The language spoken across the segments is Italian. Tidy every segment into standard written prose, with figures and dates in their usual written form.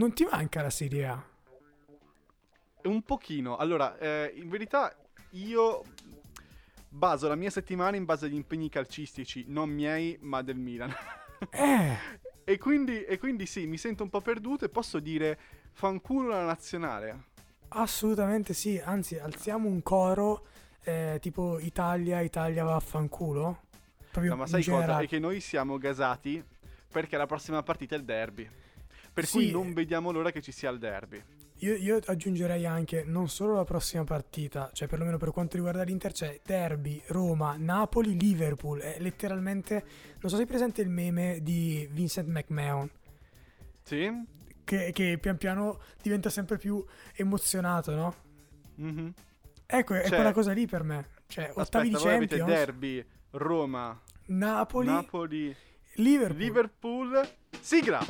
Non ti manca la Serie A? Un pochino. Allora, in verità io baso la mia settimana in base agli impegni calcistici, non miei, ma del Milan. Eh, E quindi sì, mi sento un po' perduto e posso dire fanculo la nazionale. assolutamente sì. Anzi, alziamo un coro tipo Italia vaffanculo. No, Proprio ma in sai cosa? È generale. che noi siamo gasati perché la prossima partita è il derby. Per cui Sì, non vediamo l'ora che ci sia il derby. io aggiungerei anche non solo la prossima partita, cioè perlomeno per quanto riguarda l'Inter c'è Derby, Roma, Napoli, Liverpool. È letteralmente, non so se hai presente il meme di Vincent McMahon, Sì? che pian piano diventa sempre più emozionato, no? Mhm. Ecco, è quella Cioè, cosa lì per me. Cioè, ottavi di aspetta, voi avete Champions, derby, Roma, Napoli, Napoli, Liverpool. Liverpool. Sigla!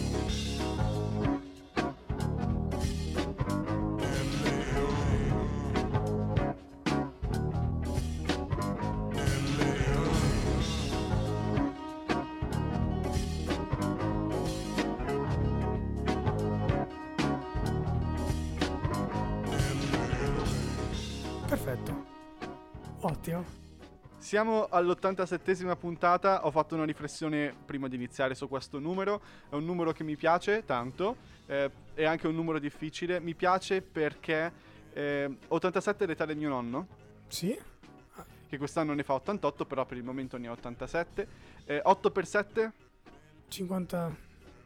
Perfetto. Ottimo. Siamo all'87esima puntata, ho fatto una riflessione prima di iniziare su questo numero, è un numero che mi piace tanto, è anche un numero difficile, mi piace perché 87 è l'età del mio nonno, Sì? che quest'anno ne fa 88, però per il momento ne ha 87, 8 per 7, 56.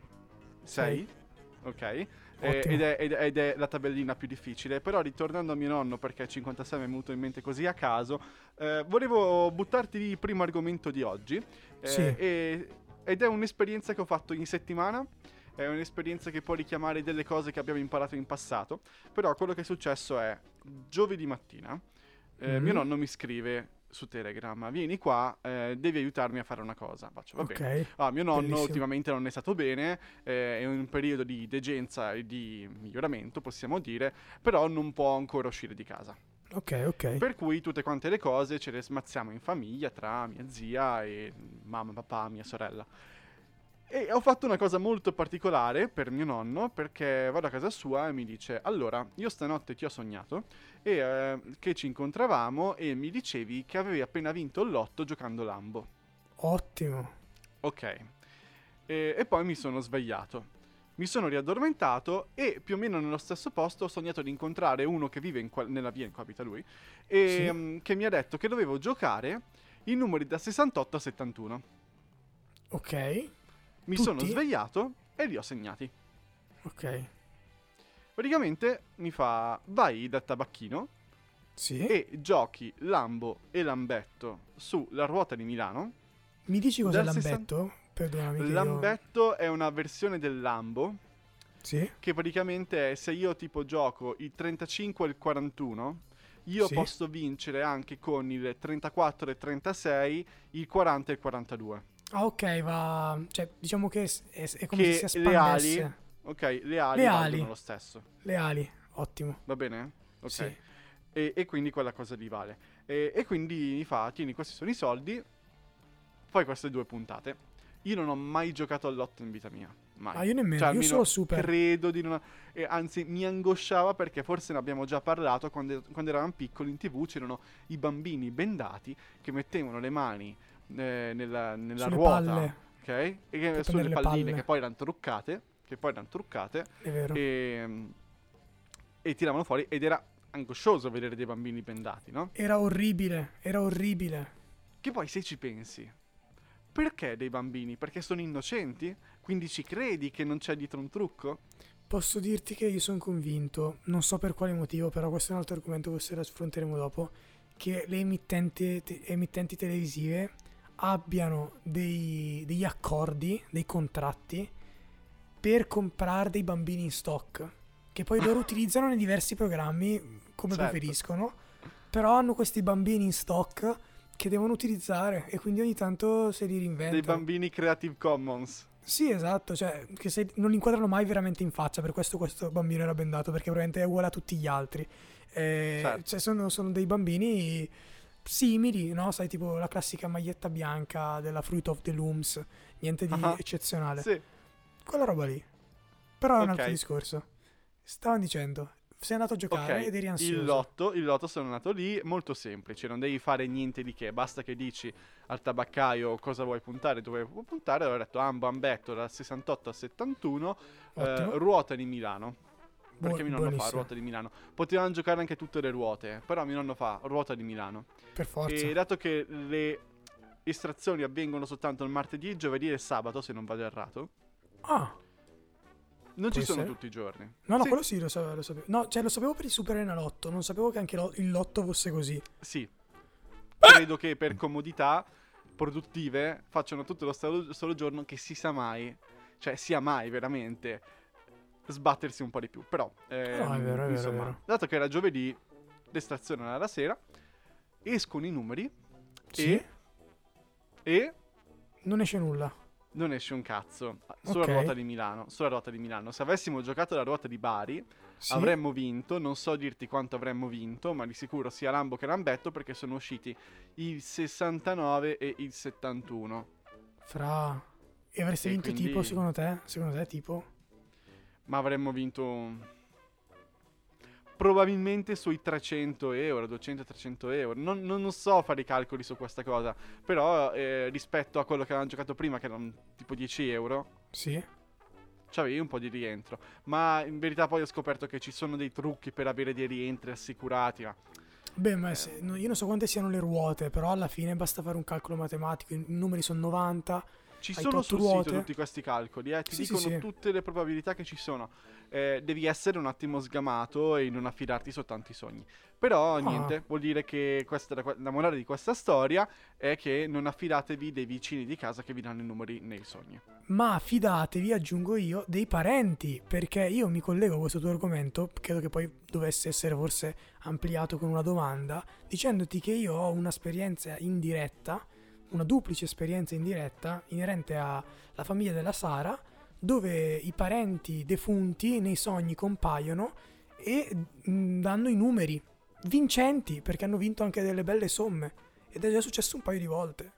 6, ok, Ottimo. ed è la tabellina più difficile, però ritornando a mio nonno, perché 56 mi è venuto in mente così a caso, volevo buttarti lì il primo argomento di oggi, Sì. ed è un'esperienza che ho fatto in settimana, è un'esperienza che può richiamare delle cose che abbiamo imparato in passato, però quello che è successo è, giovedì mattina, mio nonno mi scrive su Telegram, vieni qua, devi aiutarmi a fare una cosa. Faccio, va bene. Ok. Mio nonno Bellissimo. ultimamente non è stato bene, è in un periodo di degenza e di miglioramento, possiamo dire, però non può ancora uscire di casa. Ok. Per cui tutte quante le cose ce le smazziamo in famiglia tra mia zia e mamma, papà, mia sorella. E ho fatto una cosa molto particolare per mio nonno, perché vado a casa sua e mi dice: allora, io stanotte ti ho sognato e che ci incontravamo e mi dicevi che avevi appena vinto il lotto giocando Lambo. Ottimo. Ok. E poi mi sono svegliato. Mi sono riaddormentato e più o meno nello stesso posto ho sognato di incontrare uno che vive nella via in cui abita lui e Sì. che mi ha detto che dovevo giocare i numeri da 68 a 71. Ok. Mi sono Tutti? svegliato e li ho segnati. Ok. Praticamente mi fa: vai da tabacchino Sì. e giochi Lambo e Lambetto sulla ruota di Milano. Mi dici cos'è Dal 60... Lambetto? Perdonami che io... Lambetto è una versione del Lambo Sì? che praticamente è, se io tipo gioco il 35 e il 41, io Sì? posso vincere anche con il 34 e 36, il 40 e il 42. Ah, ok, va... Cioè, diciamo che è come se si Che le ali, espandesse. ok, le Le ali valgono ali. lo stesso. Le ali. Ottimo. Va bene? Ok. Sì. E quindi quella cosa lì vale. E quindi mi fa: tieni, questi sono i soldi, fai queste 2 puntate. Io non ho mai giocato all'otto in vita mia. Mai. Ah, io nemmeno. Cioè, Io solo almeno super. credo di non... E anzi, mi angosciava perché forse ne abbiamo già parlato quando eravamo piccoli in TV. C'erano i bambini bendati che mettevano le mani nella Sulle ruota, palle. ok? E Per sulle prendere le palline palle. che poi erano truccate. È vero. E tiravano fuori ed era angoscioso vedere dei bambini bendati, no? Era orribile. Era orribile. Che poi se ci pensi, perché dei bambini? Perché sono innocenti? Quindi ci credi che non c'è dietro un trucco? Posso dirti che io sono convinto, non so per quale motivo, però questo è un altro argomento che forse affronteremo dopo, che le emittenti televisive abbiano degli accordi, dei contratti per comprare dei bambini in stock, che poi loro utilizzano nei diversi programmi come Certo. preferiscono, però hanno questi bambini in stock che devono utilizzare e quindi ogni tanto se li reinventano. Dei bambini Creative Commons. Sì, esatto, cioè che non li inquadrano mai veramente in faccia, per questo bambino era bendato, perché probabilmente è uguale a tutti gli altri. Certo. Cioè sono dei bambini simili, no? Sai, tipo la classica maglietta bianca della Fruit of the Looms, niente di eccezionale. Sì. Quella roba lì. Però è un Ok. altro discorso. Stavano dicendo, sei andato a giocare ed eri Ok, ansioso. il lotto sono andato lì, molto semplice, non devi fare niente di che, basta che dici al tabaccaio cosa vuoi puntare, dove vuoi puntare, ho detto ambetto dal 68 al 71, Ottimo. ruota di Milano, perché mio nonno fa Buonissimo. ruota di Milano. Potevano giocare anche tutte le ruote, però mio nonno fa ruota di Milano. Per E forza. dato che le estrazioni avvengono soltanto il martedì, giovedì e sabato, se non vado errato, Ah, non può ci sono essere? tutti i giorni. No, Sì, quello sì, lo sapevo. No, cioè lo sapevo per il Super Enalotto, non sapevo che anche il lotto fosse così. sì. Credo che per comodità produttive facciano tutto lo solo giorno che si sa mai, cioè sia mai veramente sbattersi un po' di più. Però, No, è vero, è vero, è insomma, vero. dato che era giovedì, l'estrazione era la sera, escono i numeri Sì? e Non esce nulla. non esce un cazzo sulla Ok. ruota di Milano. Sulla ruota di Milano. Se avessimo giocato la ruota di Bari, Sì? avremmo vinto. Non so dirti quanto avremmo vinto, ma di sicuro sia Lambo che Lambetto, perché sono usciti il 69 e il 71. Fra... E avreste E vinto quindi... tipo, secondo te? Secondo te tipo? Ma avremmo vinto probabilmente sui 300 euro, 200-300 euro. Non so fare i calcoli su questa cosa. Però rispetto a quello che avevamo giocato prima, che erano tipo 10 euro, Sì? c'avevi un po' di rientro. Ma in verità poi ho scoperto che ci sono dei trucchi per avere dei rientri assicurati. Ma Beh, ma io non so quante siano le ruote, però alla fine basta fare un calcolo matematico. I numeri sono 90, ci hai sono tot sul sito ruote. tutti questi calcoli, ti Sì, sì, dicono sì. tutte le probabilità che ci sono. Devi essere un attimo sgamato e non affidarti soltanto ai sogni. Però Ah, niente, vuol dire che la morale di questa storia è che non affidatevi dei vicini di casa che vi danno i numeri nei sogni. ma fidatevi, aggiungo io, dei parenti, perché io mi collego a questo tuo argomento, credo che poi dovesse essere forse ampliato con una domanda, dicendoti che io ho un'esperienza indiretta, una duplice esperienza indiretta, inerente alla famiglia della Sara, dove i parenti defunti nei sogni compaiono e danno i numeri vincenti, perché hanno vinto anche delle belle somme, ed è già successo un paio di volte.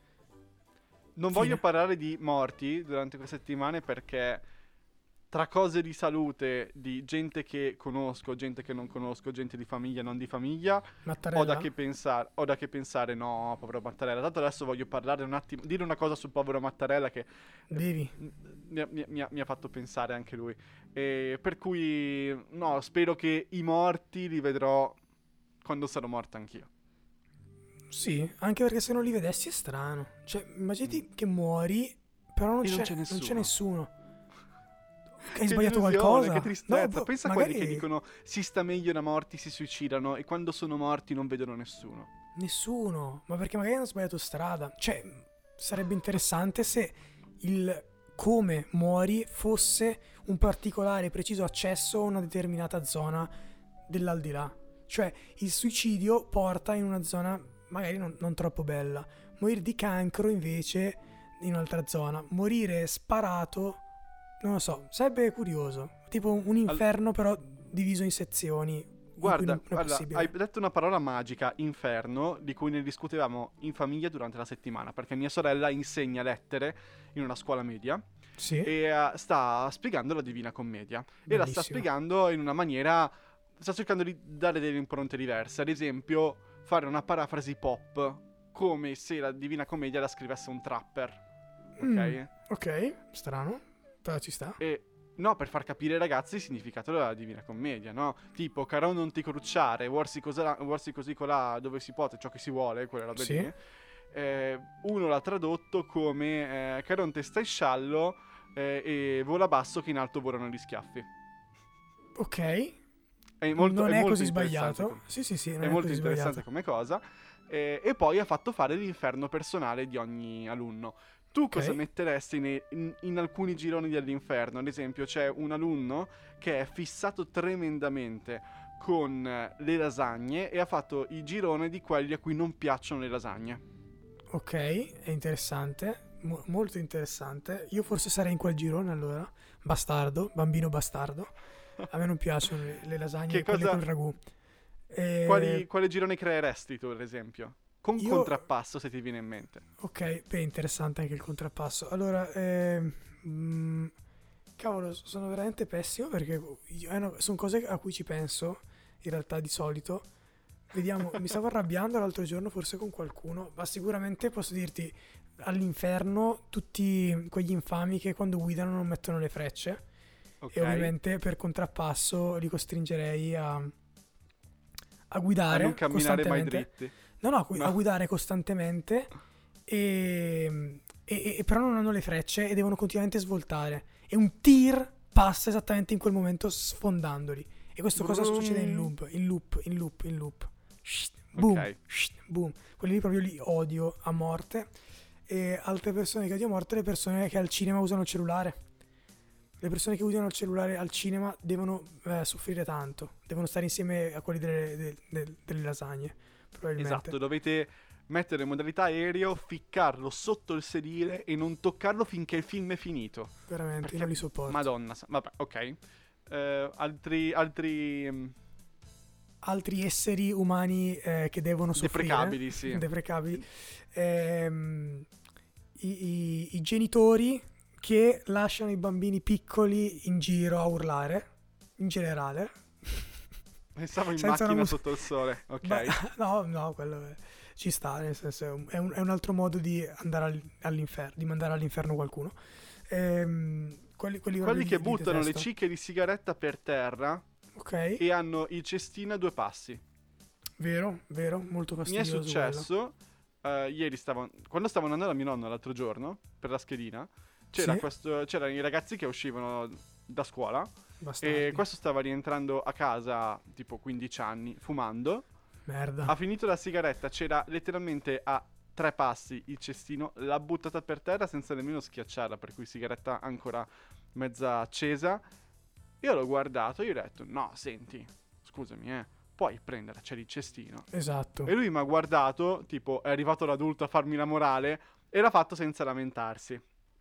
Non voglio Fine. parlare di morti durante queste settimane perché tra cose di salute, di gente che conosco, gente che non conosco, gente di famiglia, non di famiglia, Mattarella? ho da che pensare, no, povero Mattarella. Tanto adesso voglio parlare un attimo, dire una cosa sul povero Mattarella che Devi. mi ha fatto pensare anche lui. E per cui, no, spero che i morti li vedrò quando sarò morto anch'io. Sì, anche perché se non li vedessi è strano. Cioè, immaginati che muori, però E non c'è non c'è nessuno. nessuno. Hai Che sbagliato delusione, che qualcosa? No, tristezza. Pensa a quelli magari che dicono si sta meglio da morti, si suicidano e quando sono morti non vedono nessuno. nessuno. Ma perché magari hanno sbagliato strada. Cioè, sarebbe interessante se il come muori fosse un particolare preciso accesso a una determinata zona dell'aldilà. Cioè, il suicidio porta in una zona magari non troppo bella. Morire di cancro invece in un'altra zona. Morire sparato, non lo so, sarebbe curioso. Tipo un Al- inferno però diviso in sezioni in cui non è Guarda, hai possibile. detto una parola magica, inferno, di cui ne discutevamo in famiglia durante la settimana, perché mia sorella insegna lettere in una scuola media Sì, e sta spiegando la Divina Commedia. E la sta bellissimo. spiegando in una maniera... Sta cercando di dare delle impronte diverse. Ad esempio, fare una parafrasi pop, come se la Divina Commedia la scrivesse un trapper. Ok? Ok, strano, però ci sta. E no, per far capire ai ragazzi il significato della Divina Commedia, no? Tipo, caro non ti crucciare, vorsi così colà dove si può, ciò che si vuole, quella roba Sì, lì. Uno l'ha tradotto come caro non te stai sciallo e vola basso che in alto volano gli schiaffi. ok, È non è molto così interessante. sbagliato. Sì, sì, sì, non È è molto così interessante sbagliato. come cosa. E poi ha fatto fare l'inferno personale di ogni alunno. Tu Ok, cosa metteresti in alcuni gironi dell'inferno? Ad esempio, c'è un alunno che è fissato tremendamente con le lasagne e ha fatto il girone di quelli a cui non piacciono le lasagne. ok, è interessante, molto interessante. Io forse sarei in quel girone allora. Bastardo, bambino bastardo. A me non piacciono le Che lasagne, quelle col cosa... ragù. E Quale girone creeresti tu, ad esempio? Con io, contrappasso, se ti viene in mente. ok, beh, interessante anche il contrappasso. Allora, Cavolo, sono veramente pessimo perché sono cose a cui ci penso in realtà di solito. Vediamo, mi stavo arrabbiando l'altro giorno forse con qualcuno, ma sicuramente posso dirti all'inferno tutti quegli infami che quando guidano non mettono le frecce Ok. e ovviamente per contrappasso li costringerei a A non guidare camminare mai costantemente. dritti. No, no, a No. guidare costantemente e però non hanno le frecce e devono continuamente svoltare. E un tir passa esattamente in quel momento sfondandoli. E questo cosa succede in Brum. loop, in loop, in loop, in loop. Boom, Ok. boom. Quelli lì proprio li odio a morte. E altre persone che odio a morte, le persone che al cinema usano il cellulare. Le persone che usano il cellulare al cinema devono soffrire tanto. Devono stare insieme a quelli delle lasagne, probabilmente. Esatto, dovete mettere in modalità aereo, ficcarlo sotto il sedile e non toccarlo finché il film è finito. Veramente, Perché, io non li sopporto. Madonna, vabbè, ok. Altri Altri esseri umani che devono soffrire. deprecabili, sì. Deprecabili. I genitori che lasciano i bambini piccoli in giro a urlare, in generale. Pensavo in Senza una macchina mus- sotto il sole, ok. No, quello ci sta, nel senso è un altro modo di andare all'inferno, di mandare all'inferno qualcuno. Quelli Quelli che li buttano le detesto. cicche di sigaretta per terra Ok, e hanno il cestino a 2 passi. vero, molto Mi è fastidioso quello. successo, quando stavo andando da mio nonno l'altro giorno, per la schedina, Sì, c'erano i ragazzi che uscivano da scuola bastardi. e questo stava rientrando a casa, tipo 15 anni, fumando. Merda. Ha finito la sigaretta, c'era letteralmente a 3 passi il cestino, l'ha buttata per terra senza nemmeno schiacciarla, per cui sigaretta ancora mezza accesa. Io l'ho guardato e gli ho detto, no, senti, scusami, puoi prendere, c'è il cestino. Esatto. E lui mi ha guardato, tipo, è arrivato l'adulto a farmi la morale, e l'ha fatto senza lamentarsi.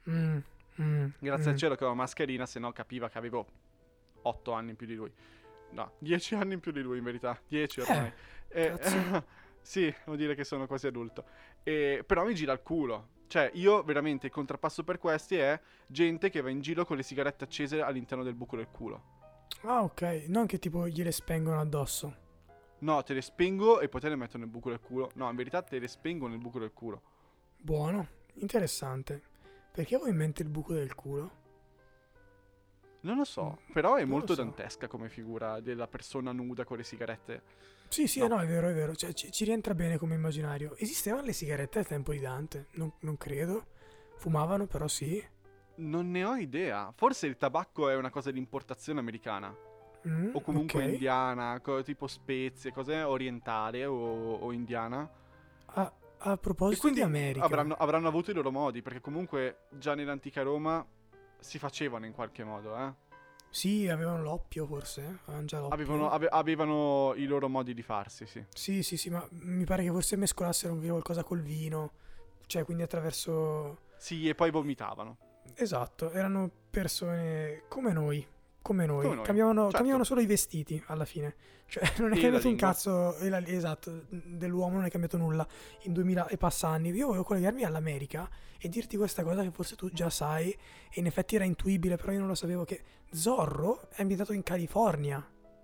Grazie al cielo che avevo mascherina, se no capiva che avevo 8 anni in più di lui. No, 10 anni in più di lui in verità, 10 ormai. cazzo. Sì, vuol dire che sono quasi adulto. Però mi gira il culo. Cioè, io veramente il contrappasso per questi è gente che va in giro con le sigarette accese all'interno del buco del culo. Ah, ok. Non che tipo gliele spengono addosso. No, te le spengo e poi te le metto nel buco del culo. No, in verità te le spengo nel buco del culo. Buono. Interessante. Perché avevo in mente il buco del culo? Non lo so, però è Non molto lo so. dantesca come figura della persona nuda con le sigarette. Sì, No. no, è vero, è vero. Cioè, ci rientra bene come immaginario. Esistevano le sigarette al tempo di Dante? Non credo. Fumavano, però sì. Non ne ho idea. Forse il tabacco è una cosa di importazione americana. O comunque ok. indiana, tipo spezie, cose orientale o indiana. A E proposito quindi di America. avranno avuto i loro modi, perché comunque già nell'antica Roma si facevano in qualche modo, eh. Sì, avevano l'oppio forse. Avevano già l'oppio. Avevano i loro modi di farsi, sì. Sì, ma mi pare che forse mescolassero anche qualcosa col vino. Cioè, quindi attraverso... Sì, e poi vomitavano. Esatto, erano persone come noi. Come noi. Come noi, Cambiavano certo. solo i vestiti alla fine. Cioè, non è E la cambiato un lingua. cazzo. Esatto, dell'uomo non è cambiato nulla in 2000 e passa anni. Io volevo collegarmi all'America e dirti questa cosa che forse tu già sai. E in effetti era intuibile, però io non lo sapevo. Che Zorro è ambientato in California.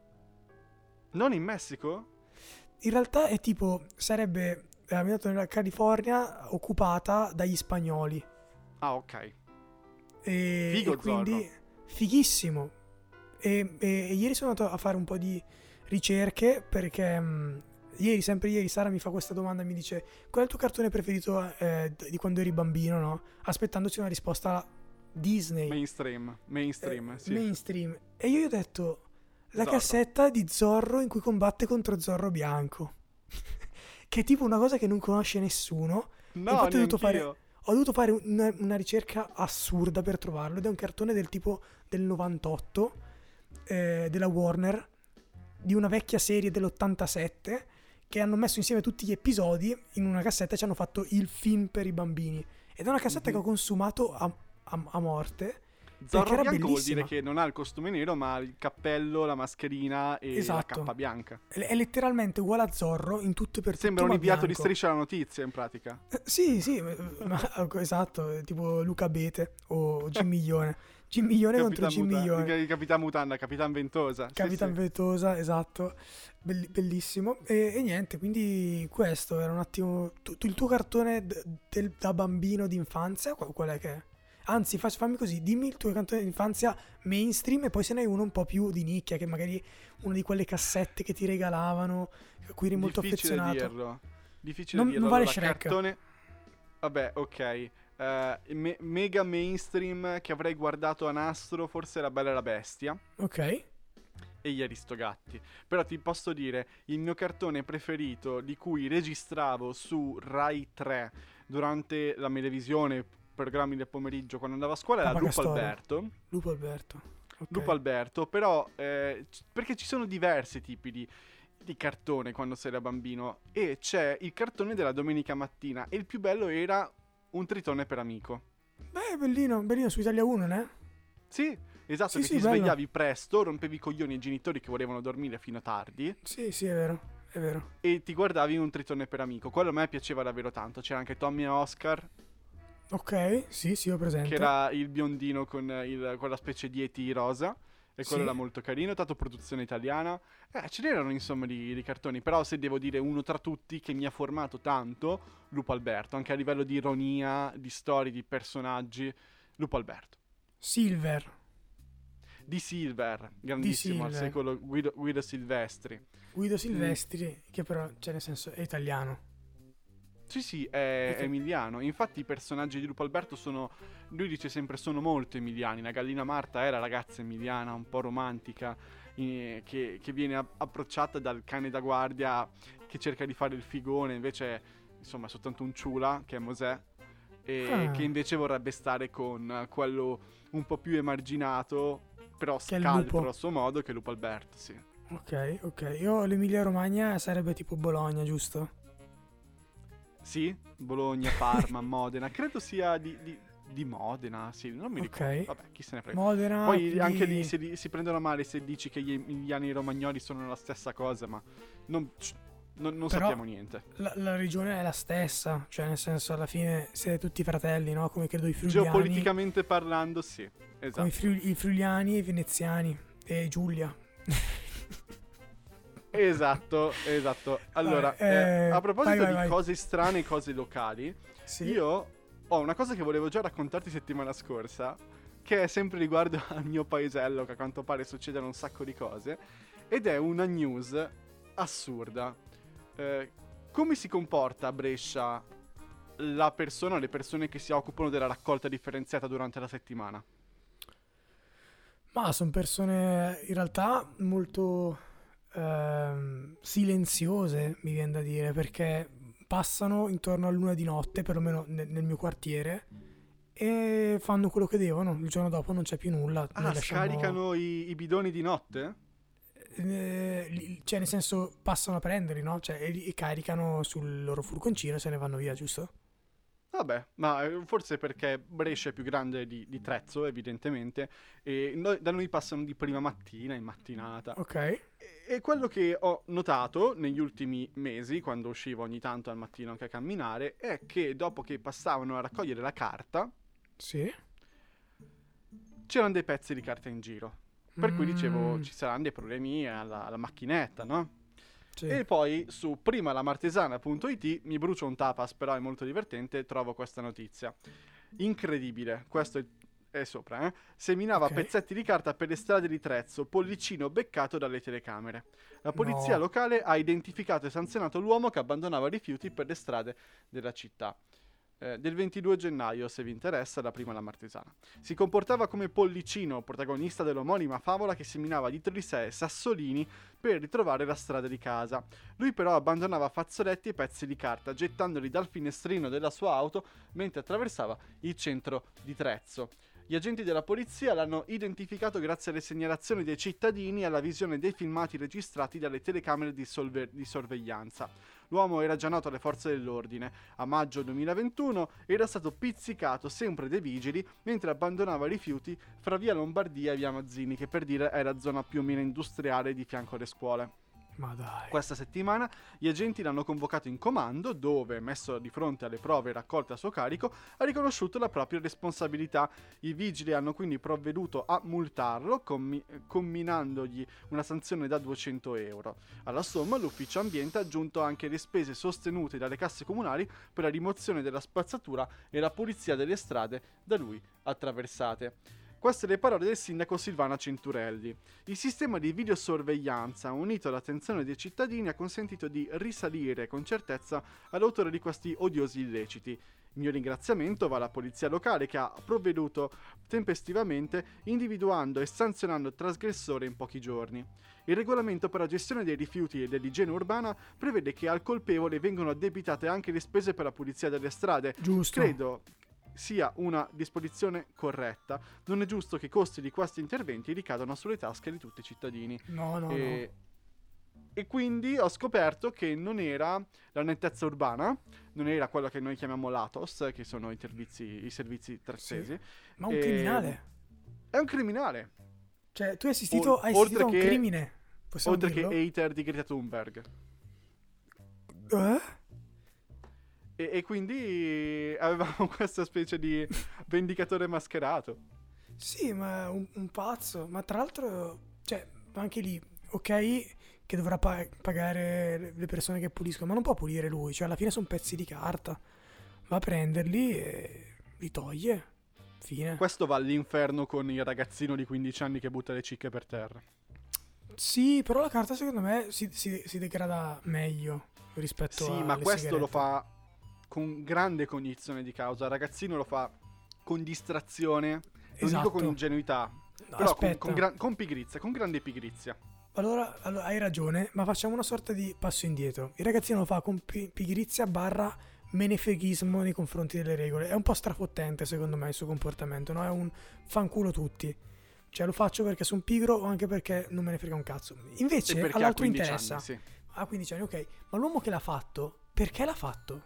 Non in Messico? In realtà è tipo, sarebbe ambientato nella California occupata dagli spagnoli. Ah, ok. E quindi fighissimo. E ieri sono andato a fare un po' di ricerche perché sempre ieri Sara mi fa questa domanda e mi dice qual è il tuo cartone preferito di quando eri bambino, no? Aspettandoci una risposta Disney. Mainstream, sì. Mainstream. E io gli ho detto la Zorro. cassetta di Zorro in cui combatte contro Zorro Bianco. Che è tipo una cosa che non conosce nessuno. No, infatti neanch'io. ho dovuto fare una ricerca assurda per trovarlo ed è un cartone del tipo del 98 della Warner di una vecchia serie dell'87 che hanno messo insieme tutti gli episodi in una cassetta e ci hanno fatto il film per i bambini ed è una cassetta che ho consumato a morte Zorro perché era bianco vuol bellissima. dire che non ha il costume nero ma ha il cappello, la mascherina e Esatto. la cappa bianca. È letteralmente uguale a Zorro in tutto e per Sembra tutto, un ma inviato di bianco. Striscia la Notizia in pratica. Sì, esatto, tipo Luca Abete o Jim Milione. Gimiglione contro Gimiglione. Capitan Mutanda, Capitan Ventosa. Capitan Ventosa, esatto, bellissimo. E niente, quindi questo era un attimo il tuo cartone da bambino d'infanzia, qual è che è? Anzi, fammi così, dimmi il tuo cartone d'infanzia mainstream e poi se ne hai uno un po' più di nicchia, che magari una di quelle cassette che ti regalavano, a cui eri molto affezionato. Difficile dirlo. Non vale allora, Shrek. Cartone... Vabbè, ok. Mega mainstream che avrei guardato a nastro, forse La Bella e la Bestia. Ok. E gli Aristogatti. Però ti posso dire, il mio cartone preferito, di cui registravo su Rai 3 durante la Melevisione, programmi del pomeriggio quando andavo a scuola, era Lupo Alberto. Lupo Alberto. Okay. Lupo Alberto, però perché ci sono diversi tipi di cartone quando sei da bambino, e c'è il cartone della domenica mattina, e il più bello era Un Tritone per amico. Beh, bellino su Italia 1, né? Sì, esatto, che ti bello. svegliavi presto, rompevi i coglioni ai genitori che volevano dormire fino a tardi. Sì, è vero. E ti guardavi Un Tritone per amico. Quello a me piaceva davvero tanto. C'era anche Tommy e Oscar. Ok, sì, ho presente. Che era il biondino con quella specie di E.T. rosa. E quello era molto carino, tanto produzione italiana. Ce n'erano insomma di cartoni. Però se devo dire uno tra tutti che mi ha formato tanto, Lupo Alberto. Anche a livello di ironia, di storie, di personaggi. Lupo Alberto. Silver, grandissimo, al secolo Guido Silvestri. Guido Silvestri, che però, cioè nel senso, è italiano. Sì, è emiliano. Infatti i personaggi di Lupo Alberto lui dice sempre, sono molto emiliani. La gallina Marta è la ragazza emiliana, un po' romantica, che viene approcciata dal cane da guardia che cerca di fare il figone, invece insomma è soltanto un ciula, che è Mosè, che invece vorrebbe stare con quello un po' più emarginato, però scaltro a suo modo, che è Lupo Alberto, sì. Ok. Io l'Emilia Romagna sarebbe tipo Bologna, giusto? Sì, Bologna, Parma, Modena, credo sia di Modena, sì, non mi ricordo, vabbè, chi se ne frega. Modena, poi anche lì si prendono male se dici che gli emiliani e i romagnoli sono la stessa cosa, ma non sappiamo niente. La regione è la stessa, cioè nel senso alla fine siete tutti fratelli, no? Come credo i friuliani. Geopoliticamente parlando, sì, esatto. Come i friuliani e i veneziani e Giulia. Esatto. Allora, a proposito di cose strane e cose locali, io ho una cosa che volevo già raccontarti settimana scorsa, che è sempre riguardo al mio paesello, che a quanto pare succedono un sacco di cose, ed è una news assurda. Come si comporta a Brescia le persone che si occupano della raccolta differenziata durante la settimana? Ma sono persone in realtà molto silenziose, mi viene da dire, perché passano intorno all'1 di notte, perlomeno nel mio quartiere, e fanno quello che devono. Il giorno dopo non c'è più nulla. Scaricano i bidoni di notte? Cioè nel senso passano a prenderli, no? Cioè e caricano sul loro furgoncino e se ne vanno via, giusto? Vabbè, ma forse perché Brescia è più grande di Trezzo, evidentemente, e da noi passano di prima mattina, in mattinata. Ok. E quello che ho notato negli ultimi mesi, quando uscivo ogni tanto al mattino anche a camminare, è che dopo che passavano a raccogliere la carta, c'erano dei pezzi di carta in giro. Per cui dicevo, ci saranno dei problemi alla macchinetta, no? Sì. E poi su primalamartesana.it mi brucio un tapas, però è molto divertente, trovo questa notizia. Incredibile, questo è sopra, seminava pezzetti di carta per le strade di Trezzo, pollicino beccato dalle telecamere. La polizia locale ha identificato e sanzionato l'uomo che abbandonava rifiuti per le strade della città. Del 22 gennaio, se vi interessa, da Prima la Martesana. Si comportava come Pollicino, protagonista dell'omonima favola che seminava dietro di sé sassolini per ritrovare la strada di casa. Lui però abbandonava fazzoletti e pezzi di carta, gettandoli dal finestrino della sua auto mentre attraversava il centro di Trezzo. Gli agenti della polizia l'hanno identificato grazie alle segnalazioni dei cittadini e alla visione dei filmati registrati dalle telecamere di sorveglianza. L'uomo era già noto alle forze dell'ordine. A maggio 2021 era stato pizzicato sempre dai vigili mentre abbandonava rifiuti fra via Lombardia e via Mazzini, che per dire è la zona più o meno industriale di fianco alle scuole. Ma dai. Questa settimana gli agenti l'hanno convocato in comando dove, messo di fronte alle prove raccolte a suo carico, ha riconosciuto la propria responsabilità. I vigili hanno quindi provveduto a multarlo, comminandogli una sanzione da 200 euro. Alla somma l'ufficio ambiente ha aggiunto anche le spese sostenute dalle casse comunali per la rimozione della spazzatura e la pulizia delle strade da lui attraversate. Queste le parole del sindaco Silvana Centurelli. Il sistema di videosorveglianza, unito all'attenzione dei cittadini, ha consentito di risalire con certezza all'autore di questi odiosi illeciti. Il mio ringraziamento va alla polizia locale che ha provveduto tempestivamente individuando e sanzionando il trasgressore in pochi giorni. Il regolamento per la gestione dei rifiuti e dell'igiene urbana prevede che al colpevole vengono addebitate anche le spese per la pulizia delle strade. Giusto. Credo sia una disposizione corretta. Non è giusto che i costi di questi interventi ricadano sulle tasche di tutti i cittadini. No. E quindi ho scoperto che non era la nettezza urbana, non era quello che noi chiamiamo l'ATOS, che sono i servizi trattesi. Sì. Ma un criminale. È un criminale. Cioè, tu hai assistito a un crimine. Possiamo oltre dirlo? che hater di Greta Thunberg. Eh? E quindi avevamo questa specie di vendicatore mascherato. Sì, ma un pazzo. Ma tra l'altro, cioè, anche lì, ok, che dovrà pagare le persone che puliscono, ma non può pulire lui. Cioè, alla fine sono pezzi di carta. Va a prenderli e li toglie. Fine. Questo va all'inferno con il ragazzino di 15 anni che butta le cicche per terra. Sì, però la carta secondo me si degrada meglio rispetto a. Sì, ma questo sigarette. lo fa con grande cognizione di causa. Il ragazzino lo fa con distrazione, non Esatto. dico con ingenuità, No, però aspetta. con pigrizia, con grande pigrizia. Allora, hai ragione, ma facciamo una sorta di passo indietro. Il ragazzino lo fa con pigrizia barra menefreghismo nei confronti delle regole. È un po' strafottente secondo me il suo comportamento, no? È un fanculo tutti. Cioè lo faccio perché sono pigro o anche perché non me ne frega un cazzo. Invece E perché ha all'altro 15 interessa. anni, sì. Ha 15 anni, ok. Ma l'uomo che l'ha fatto, perché l'ha fatto?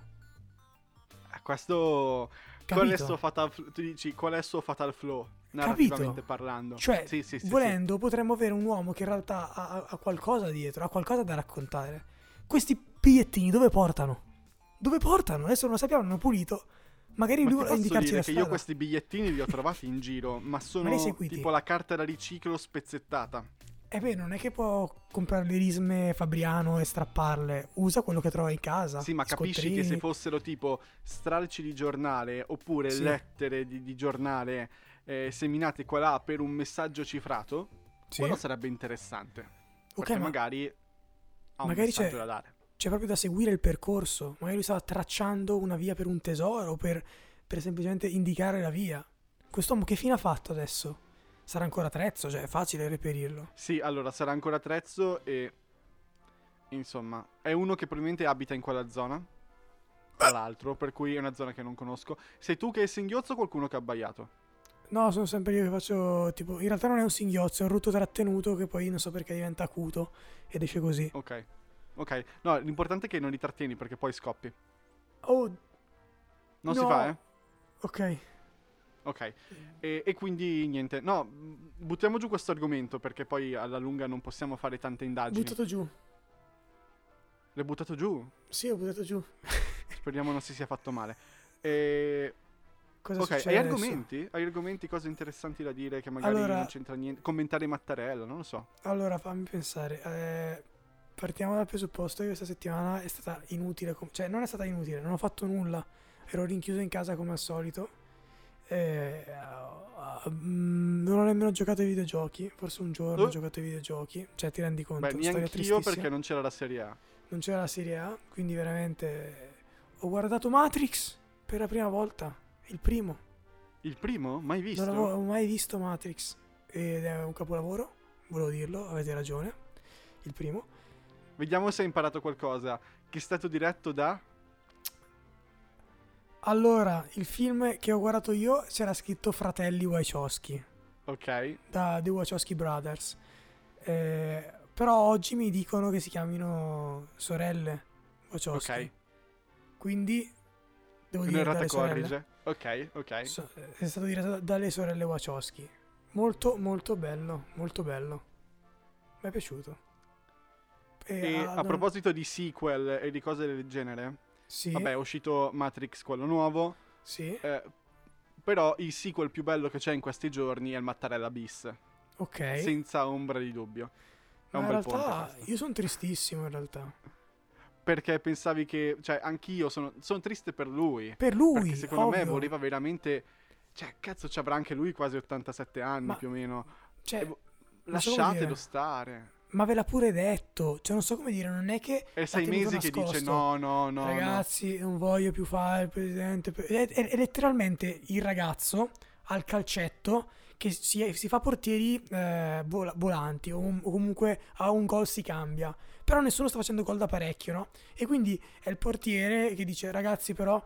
Questo... Qual è il suo fatal, tu dici, qual è il suo fatal flow, narrativamente parlando? Cioè, sì, volendo potremmo avere un uomo che in realtà ha qualcosa dietro, ha qualcosa da raccontare. Questi bigliettini dove portano? Dove portano? Adesso non lo sappiamo, hanno pulito. Magari Ma lui ti vuole posso indicarci dire la che strada. io questi bigliettini li ho trovati in giro, ma sono Ma li hai seguiti? tipo la carta da riciclo spezzettata. Beh, non è che può comprare le risme Fabriano e strapparle. Usa quello che trova in casa. Sì, ma capisci scottrini. che se fossero tipo stralci di giornale oppure Sì. lettere di giornale seminate qua là per un messaggio cifrato, Sì. quello sarebbe interessante. Ok, Perché ma magari ha un magari messaggio da dare. c'è proprio da seguire il percorso. Magari lui stava tracciando una via per un tesoro o per semplicemente indicare la via. Quest'uomo che fine ha fatto adesso? Sarà ancora trezzo, cioè è facile reperirlo. Sì, allora sarà ancora trezzo e insomma è uno che probabilmente abita in quella zona, tra l'altro, per cui è una zona che non conosco. Sei tu che hai singhiozzo o qualcuno che ha abbaiato? No, sono sempre io che faccio tipo. In realtà non è un singhiozzo, è un rutto trattenuto che poi non so perché diventa acuto ed esce così. Ok, no, l'importante è che non li trattieni perché poi scoppi. Oh, Non no. si fa, eh? Ok. Ok, e quindi niente, no, buttiamo giù questo argomento perché poi alla lunga non possiamo fare tante indagini. Buttato giù. L'hai buttato giù? Sì, ho buttato giù. Speriamo non si sia fatto male. E... Cosa Ok, succede hai adesso? argomenti? Hai argomenti, cose interessanti da dire che magari Allora- non c'entra niente? Commentare Mattarella, non lo so. Allora, fammi pensare. Partiamo dal presupposto che questa settimana è stata inutile. Cioè, non è stata inutile, non ho fatto nulla. Ero rinchiuso in casa come al solito. Non ho nemmeno giocato ai videogiochi. Forse un giorno ho giocato ai videogiochi. Cioè, ti rendi conto? Beh, Storia neanch'io tristissima. perché non c'era la Serie A. Non c'era la Serie A, quindi veramente ho guardato Matrix per la prima volta, il primo. Il primo? Mai visto? Non avevo mai visto Matrix ed è un capolavoro, volevo dirlo, avete ragione. Il primo. Vediamo se hai imparato qualcosa. Che è stato diretto da... Allora, il film che ho guardato io c'era scritto Fratelli Wachowski, Ok. da The Wachowski Brothers. Però oggi mi dicono che si chiamino sorelle Wachowski. Ok. Quindi devo dire Un'errata dalle sorelle. corrige. Ok. È stato diretto dalle sorelle Wachowski. Molto molto bello, molto bello. Mi è piaciuto. E a proposito di sequel e di cose del genere, sì, vabbè, è uscito Matrix, quello nuovo, sì, però il sequel più bello che c'è in questi giorni è il Mattarella bis, ok. senza ombra di dubbio. È Ma un in bel ponte realtà questo. io sono tristissimo in realtà. Perché pensavi che, cioè, anch'io sono triste per lui, Per perché lui, secondo me ovvio. voleva veramente, cioè, cazzo, ci avrà anche lui quasi 87 anni Ma, più o meno. cioè, non so come Lasciatelo dire. stare. Ma ve l'ha pure detto. Cioè, non so come dire, non è che È l'ha sei tenuto mesi che dice nascosto. no, no, no, no. Ragazzi, non voglio più fare il presidente. È letteralmente il ragazzo al calcetto che si fa portieri volanti o comunque a un gol si cambia. Però nessuno sta facendo gol da parecchio, no? E quindi è il portiere che dice ragazzi però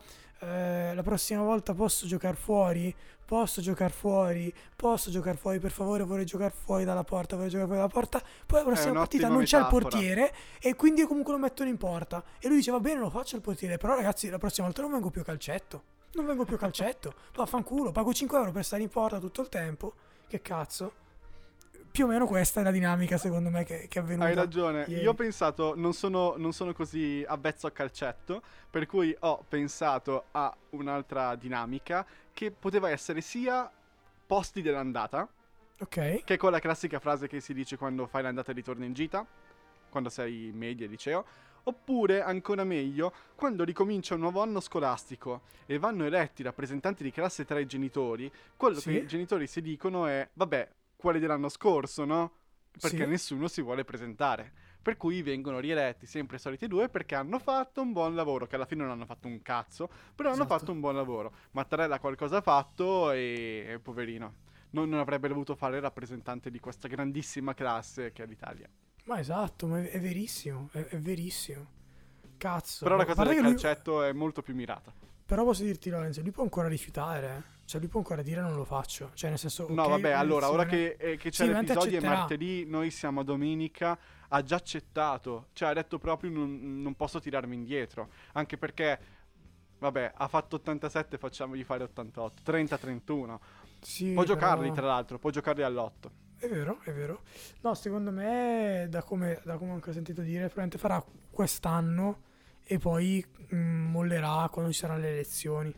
la prossima volta posso giocare fuori? Posso giocare fuori? Posso giocare fuori? Per favore vorrei giocare fuori dalla porta, vorrei giocare fuori dalla porta. Poi la È prossima partita un'ottima non c'è il metafora. portiere e quindi comunque lo mettono in porta. E lui dice va bene lo faccio il portiere, però ragazzi la prossima volta non vengo più a calcetto. Non vengo più a calcetto. Vaffanculo, pago 5 euro per stare in porta tutto il tempo. Che cazzo? Più o meno questa è la dinamica secondo me che è avvenuta. Hai ragione, ieri. io ho pensato, non sono così avvezzo a calcetto, per cui ho pensato a un'altra dinamica che poteva essere sia posti dell'andata, Ok. che è quella classica frase che si dice quando fai l'andata e ritorno in gita, quando sei in media liceo, oppure, ancora meglio, quando ricomincia un nuovo anno scolastico e vanno eletti rappresentanti di classe tra i genitori, quello Sì. che i genitori si dicono è, vabbè, quelli dell'anno scorso, no? Perché Sì. nessuno si vuole presentare. Per cui vengono rieletti sempre i soliti due perché hanno fatto un buon lavoro, che alla fine non hanno fatto un cazzo, però hanno Esatto. fatto un buon lavoro. Mattarella qualcosa ha fatto e poverino. Non avrebbe dovuto fare il rappresentante di questa grandissima classe che è l'Italia. Ma esatto, ma è verissimo, è verissimo. Cazzo. Però la A cosa parte del che lui, calcetto è molto più mirata. però posso dirti Lorenzo, lui può ancora rifiutare, eh. Cioè lui può ancora dire non lo faccio. Cioè nel senso, No, ok, vabbè, allora, ora l'elezione- che c'è Sì, ovviamente l'episodio è accetterà. martedì, noi siamo a domenica, ha già accettato. Cioè, ha detto proprio non posso tirarmi indietro. Anche perché, vabbè, ha fatto 87, facciamogli fare 88. 30-31. Sì, Può però... giocarli, tra l'altro, può giocarli all'8. È vero, è vero. No, secondo me, da come anche ho sentito dire, probabilmente farà quest'anno e poi mollerà quando ci saranno le elezioni.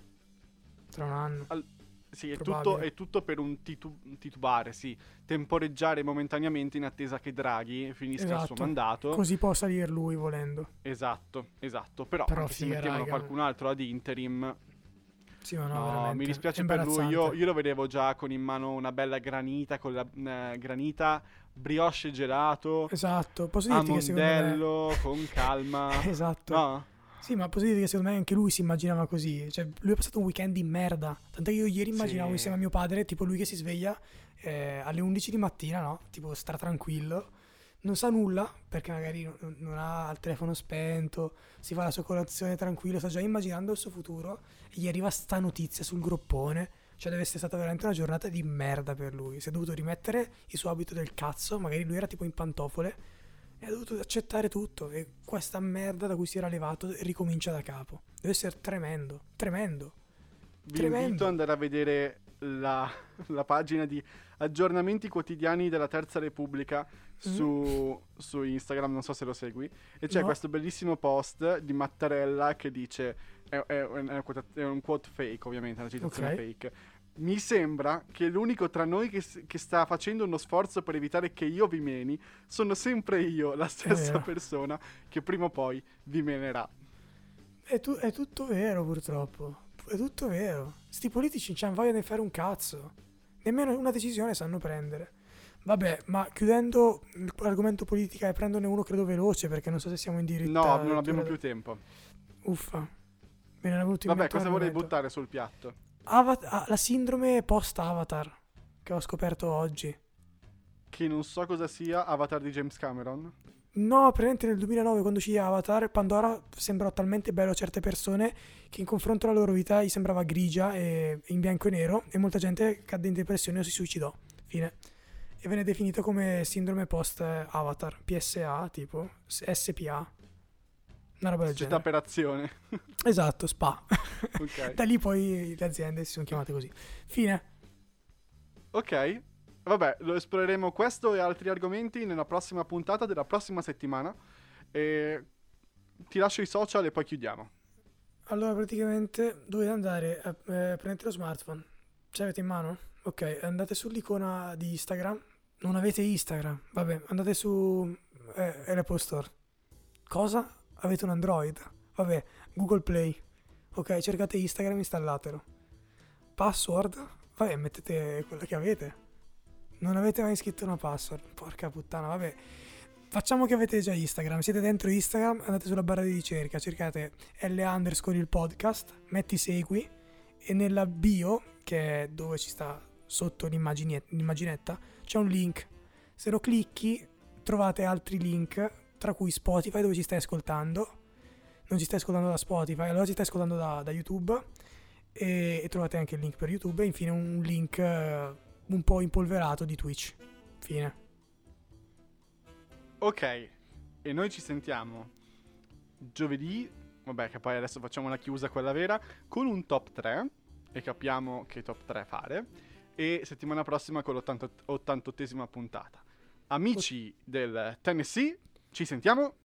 Tra un anno. Sì, Probabile. è tutto per un titubare, sì. Temporeggiare momentaneamente in attesa che Draghi finisca il suo Esatto. mandato. Così può salire lui volendo. Esatto. Però Però anche se figa, mettevano raga. qualcun altro ad interim. Sì, ma no, No, veramente. mi È dispiace per lui. imbarazzante. Io lo vedevo già con in mano una bella granita, con la granita, brioche e gelato, Esatto. Posso a dirti che secondo me... mondello, con calma. Esatto. No? Sì, ma posso dirti che secondo me anche lui si immaginava così. Cioè, lui ha passato un weekend di merda. Tant'è che io ieri immaginavo Sì. insieme a mio padre, tipo lui che si sveglia alle 11 di mattina, no? Tipo stra tranquillo. Non sa nulla, perché magari non ha il telefono spento, si fa la sua colazione tranquillo, sta già immaginando il suo futuro. E gli arriva sta notizia sul groppone. Cioè deve essere stata veramente una giornata di merda per lui. Si è dovuto rimettere il suo abito del cazzo, magari lui era tipo in pantofole, e ha dovuto accettare tutto. E questa merda da cui si era levato ricomincia da capo. Deve essere tremendo, tremendo. Vi Tremendo. invito ad andare a vedere la pagina di aggiornamenti quotidiani della Terza Repubblica su Instagram, non so se lo segui, e c'è No. questo bellissimo post di Mattarella che dice, è un quote fake ovviamente, una citazione Ok. fake, mi sembra che l'unico tra noi che sta facendo uno sforzo per evitare che io vi meni sono sempre io, la stessa vero. persona che prima o poi vi menerà. È tutto vero purtroppo. È tutto vero. Sti politici non c'hanno voglia di fare un cazzo. Nemmeno una decisione sanno prendere. Vabbè, ma chiudendo l'argomento politica e prendone uno credo veloce perché non so se siamo in diretta. No, non abbiamo più tempo. Uffa. Me ne era venuto in Vabbè, mente un cosa vorrei argomento. buttare sul piatto? La sindrome post-Avatar che ho scoperto oggi. Che non so cosa sia Avatar di James Cameron. No, praticamente nel 2009 quando uscì Avatar, Pandora sembrò talmente bello a certe persone che in confronto alla loro vita gli sembrava grigia e in bianco e nero e molta gente cadde in depressione o si suicidò. Fine. E venne definito come sindrome post-Avatar, PSA tipo, SPA. Una roba del Società genere. per azione. Esatto, SPA. Ok. Da lì poi le aziende si sono chiamate così. Fine. Ok. Vabbè, lo esploreremo questo e altri argomenti nella prossima puntata della prossima settimana. E ti lascio i social e poi chiudiamo. Allora, praticamente dovete andare a prendete lo smartphone. Ce l'avete in mano? Ok, andate sull'icona di Instagram. Non avete Instagram? Vabbè, andate su l'Apple Store. Cosa? Avete un Android? Vabbè, Google Play. Ok, cercate Instagram, installatelo. Password? Vabbè, mettete quella che avete. Non avete mai scritto una password? Porca puttana, vabbè. Facciamo che avete già Instagram, siete dentro Instagram, andate sulla barra di ricerca, cercate L_ il podcast, metti segui e nella bio, che è dove ci sta sotto l'immaginetta, c'è un link. Se lo clicchi trovate altri link, tra cui Spotify dove ci stai ascoltando. Non ci stai ascoltando da Spotify, allora ci stai ascoltando da YouTube e trovate anche il link per YouTube e infine un link un po' impolverato di Twitch. Fine. Ok, e noi ci sentiamo giovedì, vabbè che poi adesso facciamo la chiusa quella vera, con un top 3 e capiamo che top 3 fare, e settimana prossima con l'88esima puntata. Amici del Tennessee, ci sentiamo